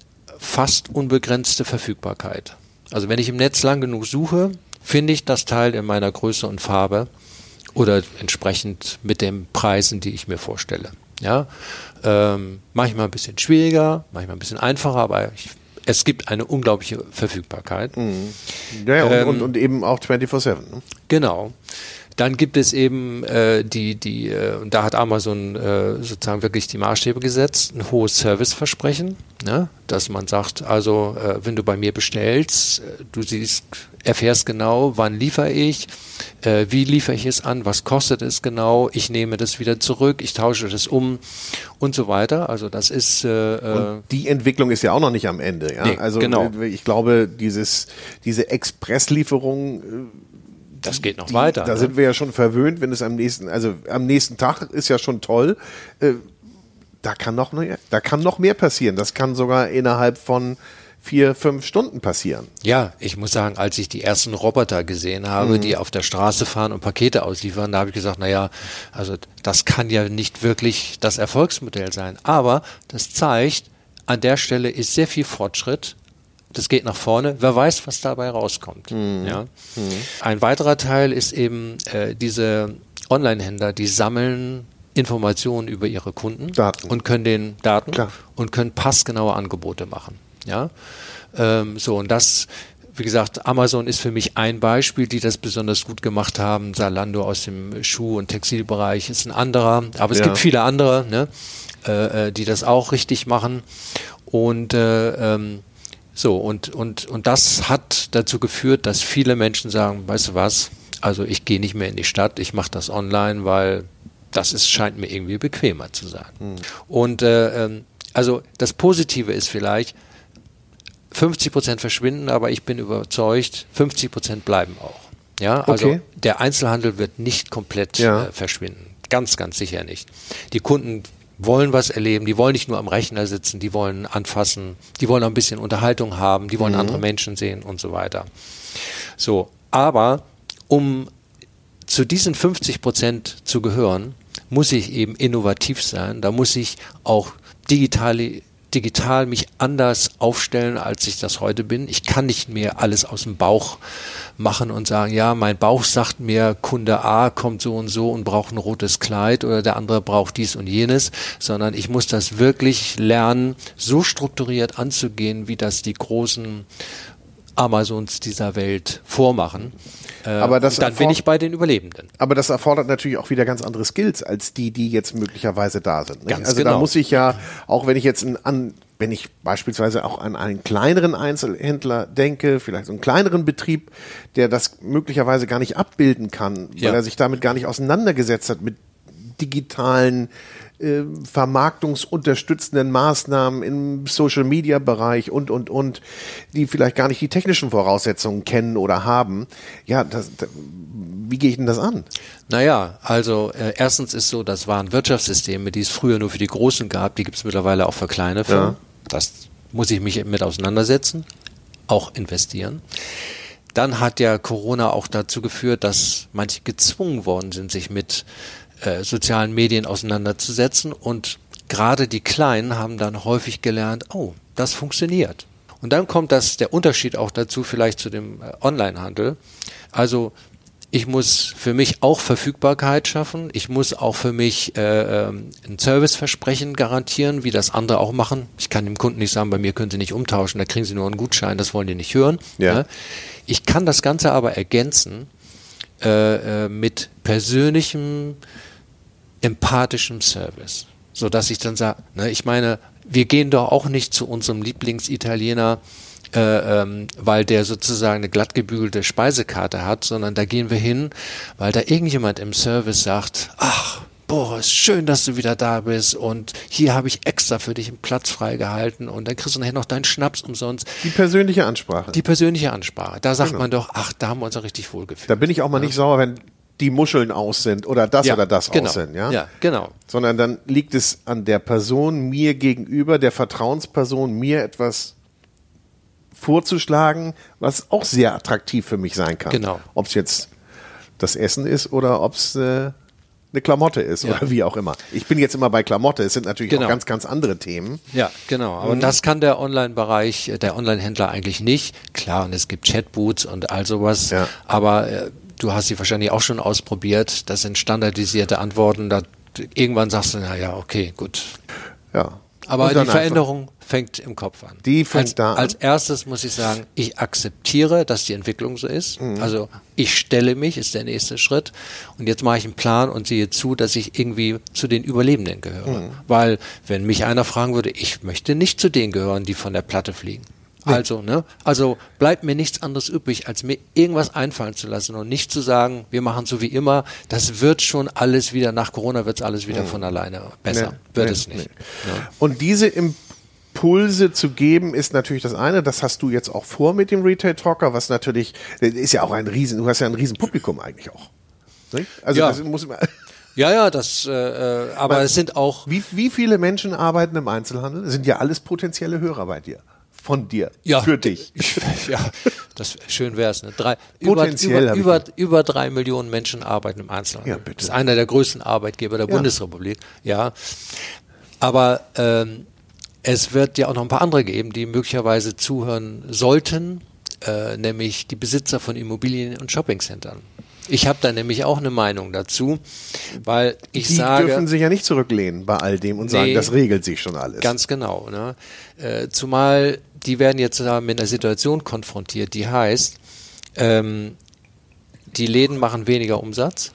fast unbegrenzte Verfügbarkeit. Also wenn ich im Netz lang genug suche, finde ich das Teil in meiner Größe und Farbe oder entsprechend mit den Preisen, die ich mir vorstelle. Ja, ähm, manchmal ein bisschen schwieriger, manchmal ein bisschen einfacher, aber ich, es gibt eine unglaubliche Verfügbarkeit.
Mhm. Ja, ja ähm, und, und, und eben auch vierundzwanzig sieben. Ne?
Genau. Dann gibt es eben äh, die, die, äh, und da hat Amazon äh, sozusagen wirklich die Maßstäbe gesetzt, ein hohes Serviceversprechen, ne? Dass man sagt, also äh, wenn du bei mir bestellst, äh, du siehst, erfährst genau, wann liefere ich, äh, wie liefere ich es an, was kostet es genau, ich nehme das wieder zurück, ich tausche das um und so weiter. Also das ist äh,
und die Entwicklung ist ja auch noch nicht am Ende. Ja?
Nee,
also
genau.
Ich glaube, dieses diese Expresslieferung äh,
das geht noch
die,
weiter.
Da
ne?
sind wir ja schon verwöhnt, wenn es am nächsten, also am nächsten Tag ist ja schon toll. Äh, da kann noch mehr, da kann noch mehr passieren. Das kann sogar innerhalb von vier, fünf Stunden passieren.
Ja, ich muss sagen, als ich die ersten Roboter gesehen habe, mhm. die auf der Straße fahren und Pakete ausliefern, da habe ich gesagt, naja, also das kann ja nicht wirklich das Erfolgsmodell sein. Aber das zeigt, an der Stelle ist sehr viel Fortschritt. Das geht nach vorne. Wer weiß, was dabei rauskommt. Mhm. Ja. Mhm. Ein weiterer Teil ist eben äh, diese Online-Händler, die sammeln Informationen über ihre Kunden
Daten.
und können den Daten
Klar.
und können passgenaue Angebote machen. Ja, ähm, so und das, wie gesagt, Amazon ist für mich ein Beispiel, die das besonders gut gemacht haben. Zalando aus dem Schuh- und Textilbereich ist ein anderer, aber es
ja.
gibt viele andere, ne, äh, die das auch richtig machen und äh, ähm, so und und und das hat dazu geführt, dass viele Menschen sagen, weißt du was, also ich gehe nicht mehr in die Stadt, ich mache das online, weil das ist, scheint mir irgendwie bequemer zu sein. Mhm. Und äh, ähm, also das Positive ist vielleicht, fünfzig Prozent verschwinden, aber ich bin überzeugt, fünfzig Prozent bleiben auch. Ja, also
okay.
Der Einzelhandel wird nicht komplett
ja.
äh, verschwinden. Ganz, ganz sicher nicht. Die Kunden wollen was erleben, die wollen nicht nur am Rechner sitzen, die wollen anfassen, die wollen auch ein bisschen Unterhaltung haben, die wollen mhm. andere Menschen sehen und so weiter. So, aber um zu diesen fünfzig Prozent zu gehören, muss ich eben innovativ sein, da muss ich auch digitale digital mich anders aufstellen, als ich das heute bin. Ich kann nicht mehr alles aus dem Bauch machen und sagen, ja, mein Bauch sagt mir, Kunde A kommt so und so und braucht ein rotes Kleid oder der andere braucht dies und jenes, sondern ich muss das wirklich lernen, so strukturiert anzugehen, wie das die großen Amazons dieser Welt vormachen.
Aber das
dann bin ich bei den Überlebenden.
Aber das erfordert natürlich auch wieder ganz andere Skills als die, die jetzt möglicherweise da sind. Nicht?
Ganz
also
genau.
Da muss ich ja, auch wenn ich jetzt an, wenn ich beispielsweise auch an einen kleineren Einzelhändler denke, vielleicht so einen kleineren Betrieb, der das möglicherweise gar nicht abbilden kann, weil
ja.
er sich damit gar nicht auseinandergesetzt hat mit digitalen äh, vermarktungsunterstützenden Maßnahmen im Social-Media-Bereich und, und, und, die vielleicht gar nicht die technischen Voraussetzungen kennen oder haben. Ja, das, das, wie gehe ich denn das an?
Naja, also äh, erstens ist so, das waren Wirtschaftssysteme, die es früher nur für die Großen gab, die gibt es mittlerweile auch für kleine Firmen. Ja. Das muss ich mich mit auseinandersetzen, auch investieren. Dann hat ja Corona auch dazu geführt, dass manche gezwungen worden sind, sich mit
äh, sozialen Medien auseinanderzusetzen. Und gerade die Kleinen haben dann häufig gelernt, oh, das funktioniert. Und dann kommt das, der Unterschied auch dazu vielleicht zu dem äh, Onlinehandel. Also ich muss für mich auch Verfügbarkeit schaffen. Ich muss auch für mich äh, ähm, ein Serviceversprechen garantieren, wie das andere auch machen. Ich kann dem Kunden nicht sagen, bei mir können Sie nicht umtauschen, da kriegen Sie nur einen Gutschein, das wollen die nicht hören.
Ja.
Ja. Ich kann das Ganze aber ergänzen äh, äh, mit persönlichem, empathischem Service, sodass ich dann sage, ne, ich meine, wir gehen doch auch nicht zu unserem Lieblingsitaliener, äh, ähm, weil der sozusagen eine glatt gebügelte Speisekarte hat, sondern da gehen wir hin, weil da irgendjemand im Service sagt, ach, Boris, schön, dass du wieder da bist und hier habe ich extra für dich einen Platz freigehalten und dann kriegst du nachher noch deinen Schnaps umsonst.
Die persönliche Ansprache.
Die persönliche Ansprache. Da sagt
Genau.
man doch, ach, da haben wir uns ja richtig wohlgefühlt.
Da bin ich auch mal
ja.
nicht sauer, wenn die Muscheln aus sind oder das
ja,
oder das
genau.
aus sind. Ja?
ja, genau.
Sondern dann liegt es an der Person mir gegenüber, der Vertrauensperson, mir etwas vorzuschlagen, was auch sehr attraktiv für mich sein kann.
Genau.
Ob es jetzt das Essen ist oder ob es äh, eine Klamotte ist
Ja.
oder wie auch immer. Ich bin jetzt immer bei Klamotte, es sind natürlich
Genau.
auch ganz, ganz andere Themen.
Ja, genau. Aber mhm. das kann der Online-Bereich, der Online-Händler eigentlich nicht. Klar, und es gibt Chatboots und all sowas,
Ja.
aber äh, du hast sie wahrscheinlich auch schon ausprobiert. Das sind standardisierte Antworten. Da, irgendwann sagst du, na ja, okay, gut.
Ja.
Aber
Und
die
dann
Veränderung fängt im Kopf an.
Die fängt
als,
da an.
Als erstes muss ich sagen, ich akzeptiere, dass die Entwicklung so ist.
Mhm.
Also ich stelle mich, ist der nächste Schritt. Und jetzt mache ich einen Plan und sehe zu, dass ich irgendwie zu den Überlebenden gehöre.
Mhm.
Weil wenn mich einer fragen würde, ich möchte nicht zu denen gehören, die von der Platte fliegen. Also, ne? Also bleibt mir nichts anderes übrig, als mir irgendwas einfallen zu lassen und nicht zu sagen, wir machen so wie immer, das wird schon alles wieder, nach Corona wird es alles wieder von alleine besser.
Nee,
wird
nee,
es nicht.
nee.
Ja.
Und diese Impulse zu geben, ist natürlich das eine. Das hast du jetzt auch vor mit dem Retail Talker, was natürlich, ist ja auch ein Riesen, du hast ja ein riesen Publikum eigentlich auch. Nicht? Also
Ja.
das muss man,
Ja, ja, das, äh, aber
Weil-
es sind auch,
wie, wie viele Menschen arbeiten im Einzelhandel? Das sind ja alles potenzielle Hörer bei dir. Von dir.
ja,
Für dich.
ja, das schön wär's, ne? Drei, über,
Potenziell
über,
hab ich
über, über drei Millionen Menschen arbeiten im Einzelhandel.
Ja, bitte.
Das ist einer der größten Arbeitgeber der
Ja.
Bundesrepublik, ja. Aber ähm, es wird ja auch noch ein paar andere geben, die möglicherweise zuhören sollten, äh, nämlich die Besitzer von Immobilien und Shoppingcentern. Ich habe da nämlich auch eine Meinung dazu, weil ich
Die
sage,
dürfen sich ja nicht zurücklehnen bei all dem und sagen,
Nee.
das regelt sich schon alles.
ganz genau, ne? Äh, zumal die werden jetzt äh, mit einer Situation konfrontiert, die heißt, ähm, die Läden machen weniger Umsatz,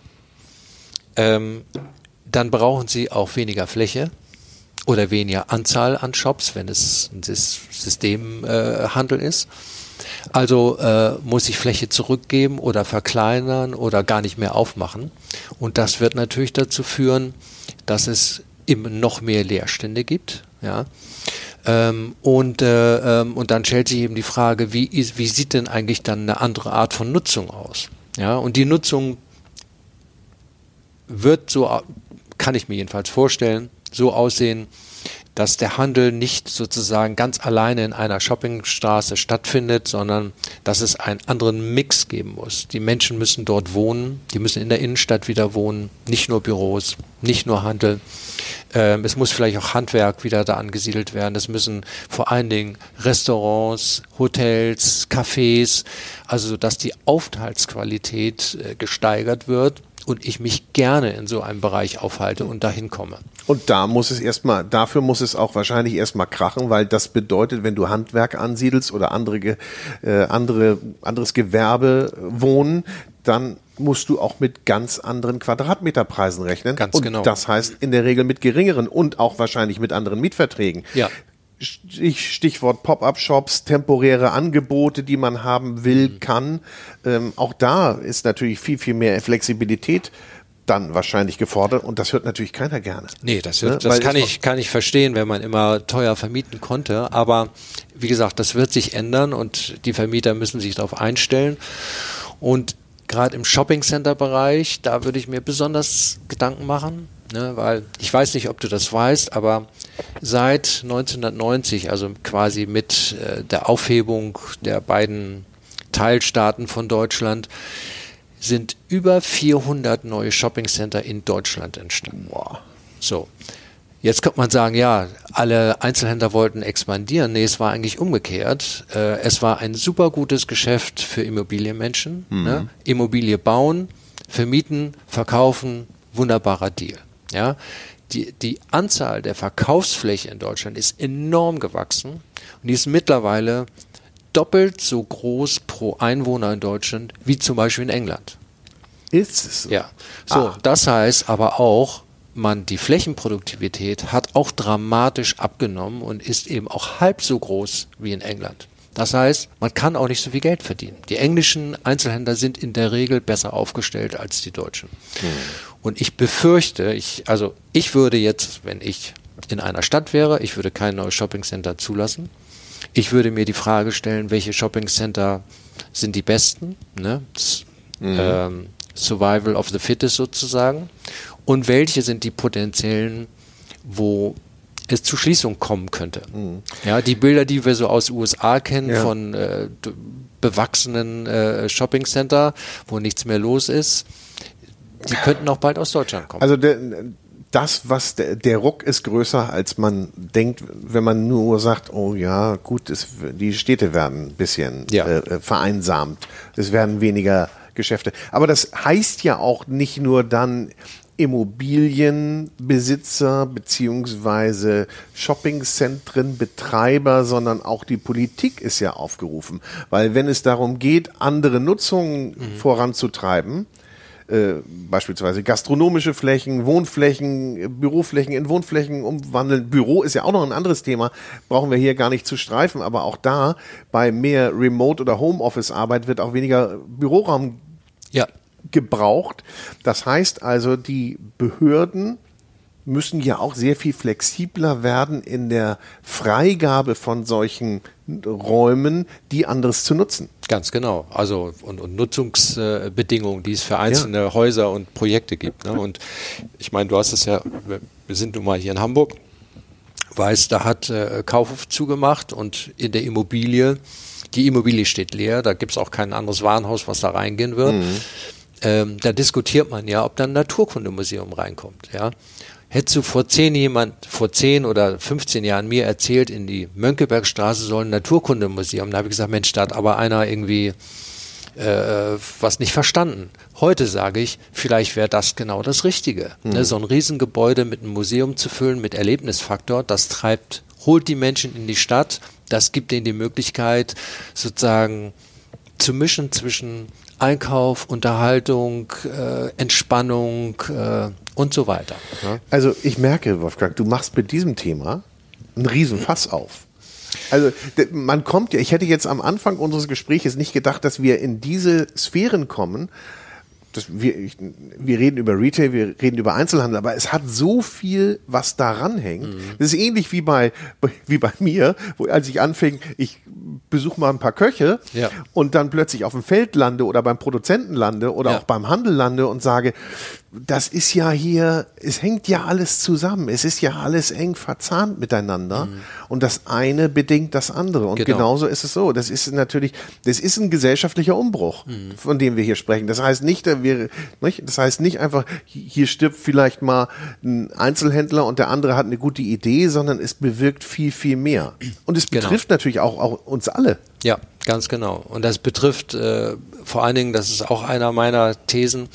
ähm, dann brauchen sie auch weniger Fläche oder weniger Anzahl an Shops, wenn es ein Sys- Systemhandel äh, ist. Also äh, muss ich Fläche zurückgeben oder verkleinern oder gar nicht mehr aufmachen. Und das wird natürlich dazu führen, dass es eben noch mehr Leerstände gibt. Ja. Ähm, und, äh, ähm, und dann stellt sich eben die Frage, wie, ist, wie sieht denn eigentlich dann eine andere Art von Nutzung aus? Ja. Und die Nutzung wird so, kann ich mir jedenfalls vorstellen, so aussehen, dass der Handel nicht sozusagen ganz alleine in einer Shoppingstraße stattfindet, sondern dass es einen anderen Mix geben muss. Die Menschen müssen dort wohnen, die müssen in der Innenstadt wieder wohnen, nicht nur Büros, nicht nur Handel. Ähm, es muss vielleicht auch Handwerk wieder da angesiedelt werden. Es müssen vor allen Dingen Restaurants, Hotels, Cafés, also dass die Aufenthaltsqualität äh, gesteigert wird und ich mich gerne in so einem Bereich aufhalte und dahin komme.
Und da muss es erstmal, dafür muss es auch wahrscheinlich erstmal krachen, weil das bedeutet, wenn du Handwerk ansiedelst oder andere, Ge- äh, andere, anderes Gewerbe äh, wohnen, dann musst du auch mit ganz anderen Quadratmeterpreisen rechnen.
Ganz
und
genau.
das heißt in der Regel mit geringeren und auch wahrscheinlich mit anderen Mietverträgen.
Ja.
Stich- Stichwort Pop-up-Shops, temporäre Angebote, die man haben will,
Mhm.
kann. Ähm, auch da ist natürlich viel, viel mehr Flexibilität dann wahrscheinlich gefordert und das hört natürlich keiner gerne.
Nee, das,
Ne?
wird, das
Weil
kann
es-
ich, kann ich verstehen, wenn man immer teuer vermieten konnte. Aber wie gesagt, das wird sich ändern und die Vermieter müssen sich darauf einstellen. Und gerade im Shopping-Center-Bereich, da würde ich mir besonders Gedanken machen, ne, weil ich weiß nicht, ob du das weißt, aber seit neunzehnhundertneunzig, also quasi mit äh, der Aufhebung der beiden Teilstaaten von Deutschland,
sind über vierhundert neue Shoppingcenter in Deutschland entstanden.
Wow.
So. Jetzt könnte man sagen, ja, alle Einzelhändler wollten expandieren. Nee, es war eigentlich umgekehrt. Äh, es war ein super gutes Geschäft für Immobilienmenschen. Mhm. Ne? Immobilie bauen, vermieten, verkaufen, wunderbarer Deal. Ja? Die, die Anzahl der Verkaufsfläche in Deutschland ist enorm gewachsen und die ist mittlerweile doppelt so groß pro Einwohner in Deutschland wie zum Beispiel in England.
Ist es so?
Ja. So, ah. Das heißt aber auch, man, die Flächenproduktivität hat auch dramatisch abgenommen und ist eben auch halb so groß wie in England. Das heißt, man kann auch nicht so viel Geld verdienen. Die englischen Einzelhändler sind in der Regel besser aufgestellt als die deutschen. Hm. Und ich befürchte, ich, also ich würde jetzt, wenn ich in einer Stadt wäre, ich würde kein neues Shoppingcenter zulassen. Ich würde mir die Frage stellen, welche Shoppingcenter sind die besten, ne? Das, mhm. ähm, Survival of the Fittest sozusagen. Und welche sind die potenziellen, wo es zu Schließung kommen könnte. Mhm. Ja, die Bilder, die wir so aus U S A kennen, ja. von äh, bewachsenen äh, Shoppingcenter, wo nichts mehr los ist, die könnten auch bald aus Deutschland kommen.
Also der, das, was der, der Ruck ist größer, als man denkt, wenn man nur sagt, oh ja, gut, es, die Städte werden ein bisschen ja. äh, vereinsamt. Es werden weniger Geschäfte. Aber das heißt ja auch nicht nur dann Immobilienbesitzer beziehungsweise Shoppingzentrenbetreiber, sondern auch die Politik ist ja aufgerufen. Weil wenn es darum geht, andere Nutzungen mhm. voranzutreiben, äh, beispielsweise gastronomische Flächen, Wohnflächen, Büroflächen in Wohnflächen umwandeln, Büro ist ja auch noch ein anderes Thema, brauchen wir hier gar nicht zu streifen, aber auch da bei mehr Remote- oder Homeoffice-Arbeit wird auch weniger Büroraum
ja.
gebraucht. Das heißt also, die Behörden müssen ja auch sehr viel flexibler werden in der Freigabe von solchen Räumen, die anderes zu nutzen.
Ganz genau. Also und, und Nutzungsbedingungen, die es für einzelne ja. Häuser und Projekte gibt. Ne? Und ich meine, du hast es ja, wir sind nun mal hier in Hamburg, weißt, da hat äh, Kaufhof zugemacht und in der Immobilie, die Immobilie steht leer, da gibt es auch kein anderes Warenhaus, was da reingehen wird. Mhm. Ähm, da diskutiert man ja, ob da ein Naturkundemuseum reinkommt. Ja? Hättest du vor zehn jemand, vor zehn oder fünfzehn Jahren mir erzählt, in die Mönckebergstraße soll ein Naturkundemuseum, da habe ich gesagt, Mensch, da hat aber einer irgendwie äh, was nicht verstanden. Heute sage ich, vielleicht wäre das genau das Richtige. Mhm. Ne? So ein Riesengebäude mit einem Museum zu füllen, mit Erlebnisfaktor, das treibt, holt die Menschen in die Stadt, das gibt ihnen die Möglichkeit, sozusagen zu mischen zwischen Einkauf, Unterhaltung, äh, Entspannung äh, und so weiter. Ne?
Also ich merke, Wolfgang, du machst mit diesem Thema einen Riesenfass auf. Also man kommt ja, ich hätte jetzt am Anfang unseres Gesprächs nicht gedacht, dass wir in diese Sphären kommen. Das, wir, ich, wir reden über Retail, wir reden über Einzelhandel, aber es hat so viel, was daran hängt. Mhm. Das ist ähnlich wie bei, wie bei mir, wo als ich anfing, ich besuche mal ein paar Köche ja. und dann plötzlich auf dem Feld lande oder beim Produzenten lande oder ja. auch beim Handel lande und sage, das ist ja hier, es hängt ja alles zusammen, es ist ja alles eng verzahnt miteinander mhm. und das eine bedingt das andere und genau. genauso ist es so. Das ist natürlich, das ist ein gesellschaftlicher Umbruch, mhm. von dem wir hier sprechen. Das heißt nicht, wir, nicht, das heißt nicht einfach, hier stirbt vielleicht mal ein Einzelhändler und der andere hat eine gute Idee, sondern es bewirkt viel, viel mehr. Und es genau. betrifft natürlich auch, auch uns alle.
Ja, ganz genau. Und das betrifft äh, vor allen Dingen, das ist auch einer meiner Thesen,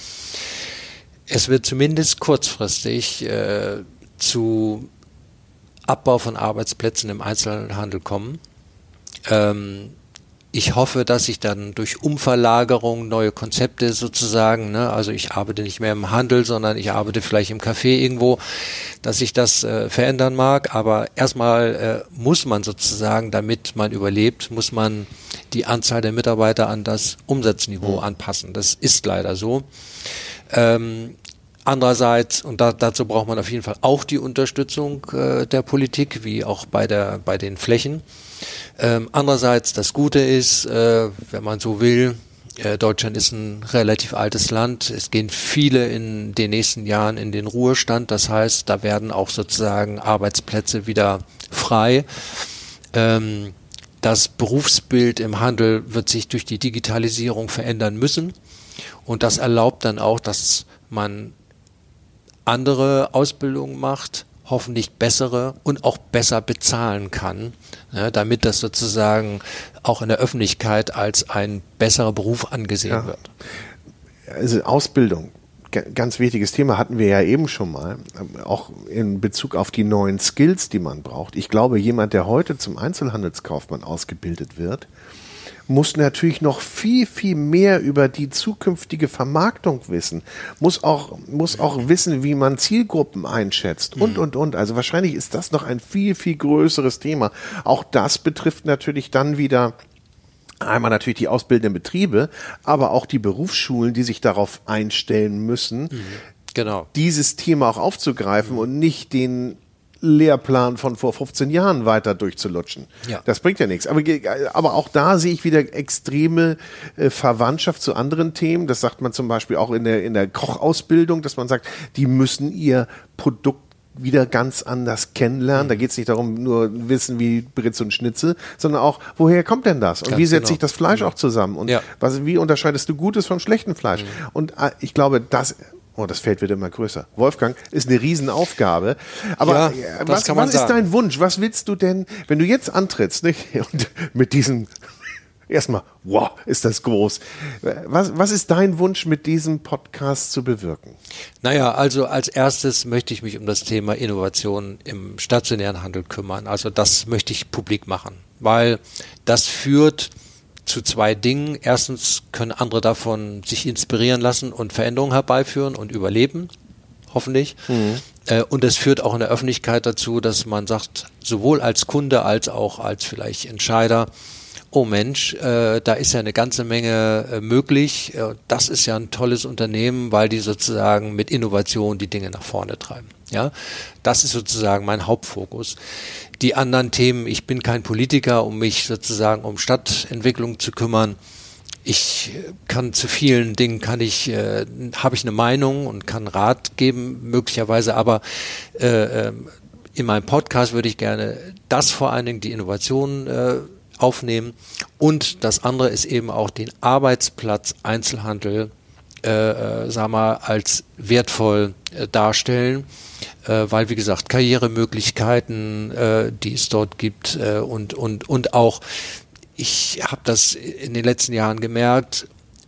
es wird zumindest kurzfristig äh, zu Abbau von Arbeitsplätzen im Einzelhandel kommen. Ähm, ich hoffe, dass sich dann durch Umverlagerung neue Konzepte sozusagen, ne, also ich arbeite nicht mehr im Handel, sondern ich arbeite vielleicht im Café irgendwo, dass sich das äh, verändern mag. Aber erstmal äh, muss man sozusagen, damit man überlebt, muss man die Anzahl der Mitarbeiter an das Umsatzniveau mhm. anpassen. Das ist leider so. Ähm, andererseits, und da, dazu braucht man auf jeden Fall auch die Unterstützung äh, der Politik, wie auch bei der bei den Flächen. Ähm, andererseits, das Gute ist, äh, wenn man so will, äh, Deutschland ist ein relativ altes Land. Es gehen viele in den nächsten Jahren in den Ruhestand. Das heißt, da werden auch sozusagen Arbeitsplätze wieder frei. Ähm, das Berufsbild im Handel wird sich durch die Digitalisierung verändern müssen.
Und das erlaubt dann auch, dass man andere Ausbildungen macht, hoffentlich bessere und auch besser bezahlen kann, ja, damit das sozusagen auch in der Öffentlichkeit als ein besserer Beruf angesehen ja. wird.
Also Ausbildung, ganz wichtiges Thema, hatten wir ja eben schon mal, auch in Bezug auf die neuen Skills, die man braucht. Ich glaube, jemand, der heute zum Einzelhandelskaufmann ausgebildet wird, muss natürlich noch viel, viel mehr über die zukünftige Vermarktung wissen, muss auch, muss auch wissen, wie man Zielgruppen einschätzt und, und, und. Also wahrscheinlich ist das noch ein viel, viel größeres Thema. Auch das betrifft natürlich dann wieder einmal natürlich die ausbildenden Betriebe, aber auch die Berufsschulen, die sich darauf einstellen müssen,
genau.
dieses Thema auch aufzugreifen und nicht den Lehrplan von vor fünfzehn Jahren weiter durchzulutschen. Ja. Das bringt ja nichts. Aber, aber auch da sehe ich wieder extreme äh, Verwandtschaft zu anderen Themen. Das sagt man zum Beispiel auch in der, in der Kochausbildung, dass man sagt, die müssen ihr Produkt wieder ganz anders kennenlernen. Mhm. Da geht es nicht darum, nur wissen wie Britz und Schnitzel, sondern auch, woher kommt denn das? Und ganz wie setzt genau. sich das Fleisch mhm. auch zusammen? Und ja. was, wie unterscheidest du gutes vom schlechten Fleisch? Mhm. Und äh, ich glaube, das Oh, das Feld wird immer größer. Wolfgang, ist eine Riesenaufgabe. Aber ja, was, was ist dein Wunsch? Was willst du denn, wenn du jetzt antrittst, nicht? Und mit diesem, erstmal, wow, ist das groß. Was, was ist dein Wunsch, mit diesem Podcast zu bewirken?
Naja, also als erstes möchte ich mich um das Thema Innovation im stationären Handel kümmern. Also das möchte ich publik machen, weil das führt zu zwei Dingen. Erstens können andere davon sich inspirieren lassen und Veränderungen herbeiführen und überleben, hoffentlich. Mhm. Äh, und es führt auch in der Öffentlichkeit dazu, dass man sagt, sowohl als Kunde als auch als vielleicht Entscheider, oh Mensch, äh, da ist ja eine ganze Menge äh, möglich. Äh, das ist ja ein tolles Unternehmen, weil die sozusagen mit Innovation die Dinge nach vorne treiben. Ja, das ist sozusagen mein Hauptfokus. Die anderen Themen, ich bin kein Politiker, um mich sozusagen um Stadtentwicklung zu kümmern. Ich kann zu vielen Dingen, kann ich, äh, habe ich eine Meinung und kann Rat geben, möglicherweise, aber äh, in meinem Podcast würde ich gerne das vor allen Dingen, die Innovation äh, aufnehmen. Und das andere ist eben auch den Arbeitsplatz Einzelhandel, äh, sagen wir mal, als wertvoll äh, darstellen. Äh, weil, wie gesagt, Karrieremöglichkeiten, äh, die es dort gibt äh, und, und, und auch, ich habe das in den letzten Jahren gemerkt,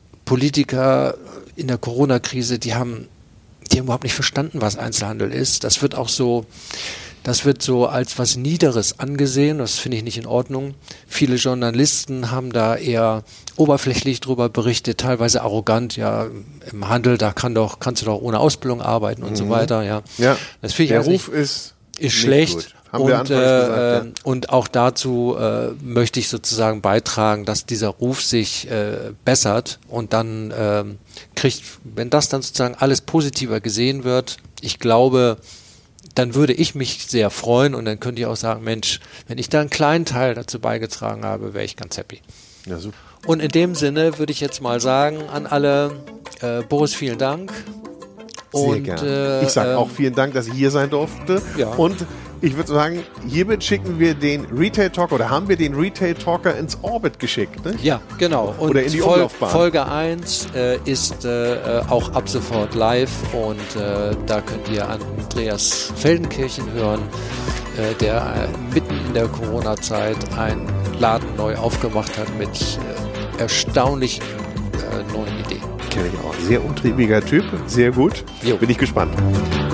Politiker in der Corona-Krise, die haben, die haben überhaupt nicht verstanden, was Einzelhandel ist. Das wird auch so, das wird so als was Niederes angesehen, das finde ich nicht in Ordnung. Viele Journalisten haben da eher oberflächlich drüber berichtet, teilweise arrogant, ja, im Handel, da kann doch, kannst du doch ohne Ausbildung arbeiten und mhm. so weiter, ja.
Ja,
das finde ich
der
also
Ruf
nicht,
ist,
ist schlecht.
Gut. Haben
und,
wir anfangs
äh,
gesagt, ja.
und auch dazu äh, möchte ich sozusagen beitragen, dass dieser Ruf sich äh, bessert und dann äh, kriegt, wenn das dann sozusagen alles positiver gesehen wird, ich glaube, dann würde ich mich sehr freuen und dann könnte ich auch sagen, Mensch, wenn ich da einen kleinen Teil dazu beigetragen habe, wäre ich ganz happy.
Ja, super.
Und in dem Sinne würde ich jetzt mal sagen an alle, äh, Boris, vielen Dank.
Sehr
und,
gerne.
Äh,
ich sage
ähm,
auch vielen Dank, dass ich hier sein durfte.
Ja.
Und ich würde sagen, hiermit schicken wir den Retail Talker oder haben wir den Retail Talker ins Orbit geschickt. Ne?
Ja, genau. Und
oder in die
Vol-
Umlaufbahn.
Folge eins äh, ist äh, auch ab sofort live und äh, da könnt ihr Andreas Feldenkirchen hören, äh, der äh, mitten in der Corona-Zeit einen Laden neu aufgemacht hat mit äh, erstaunlichen äh, neuen Ideen.
Kenne ich auch. Sehr umtriebiger Typ, sehr gut.
Jo.
Bin ich gespannt.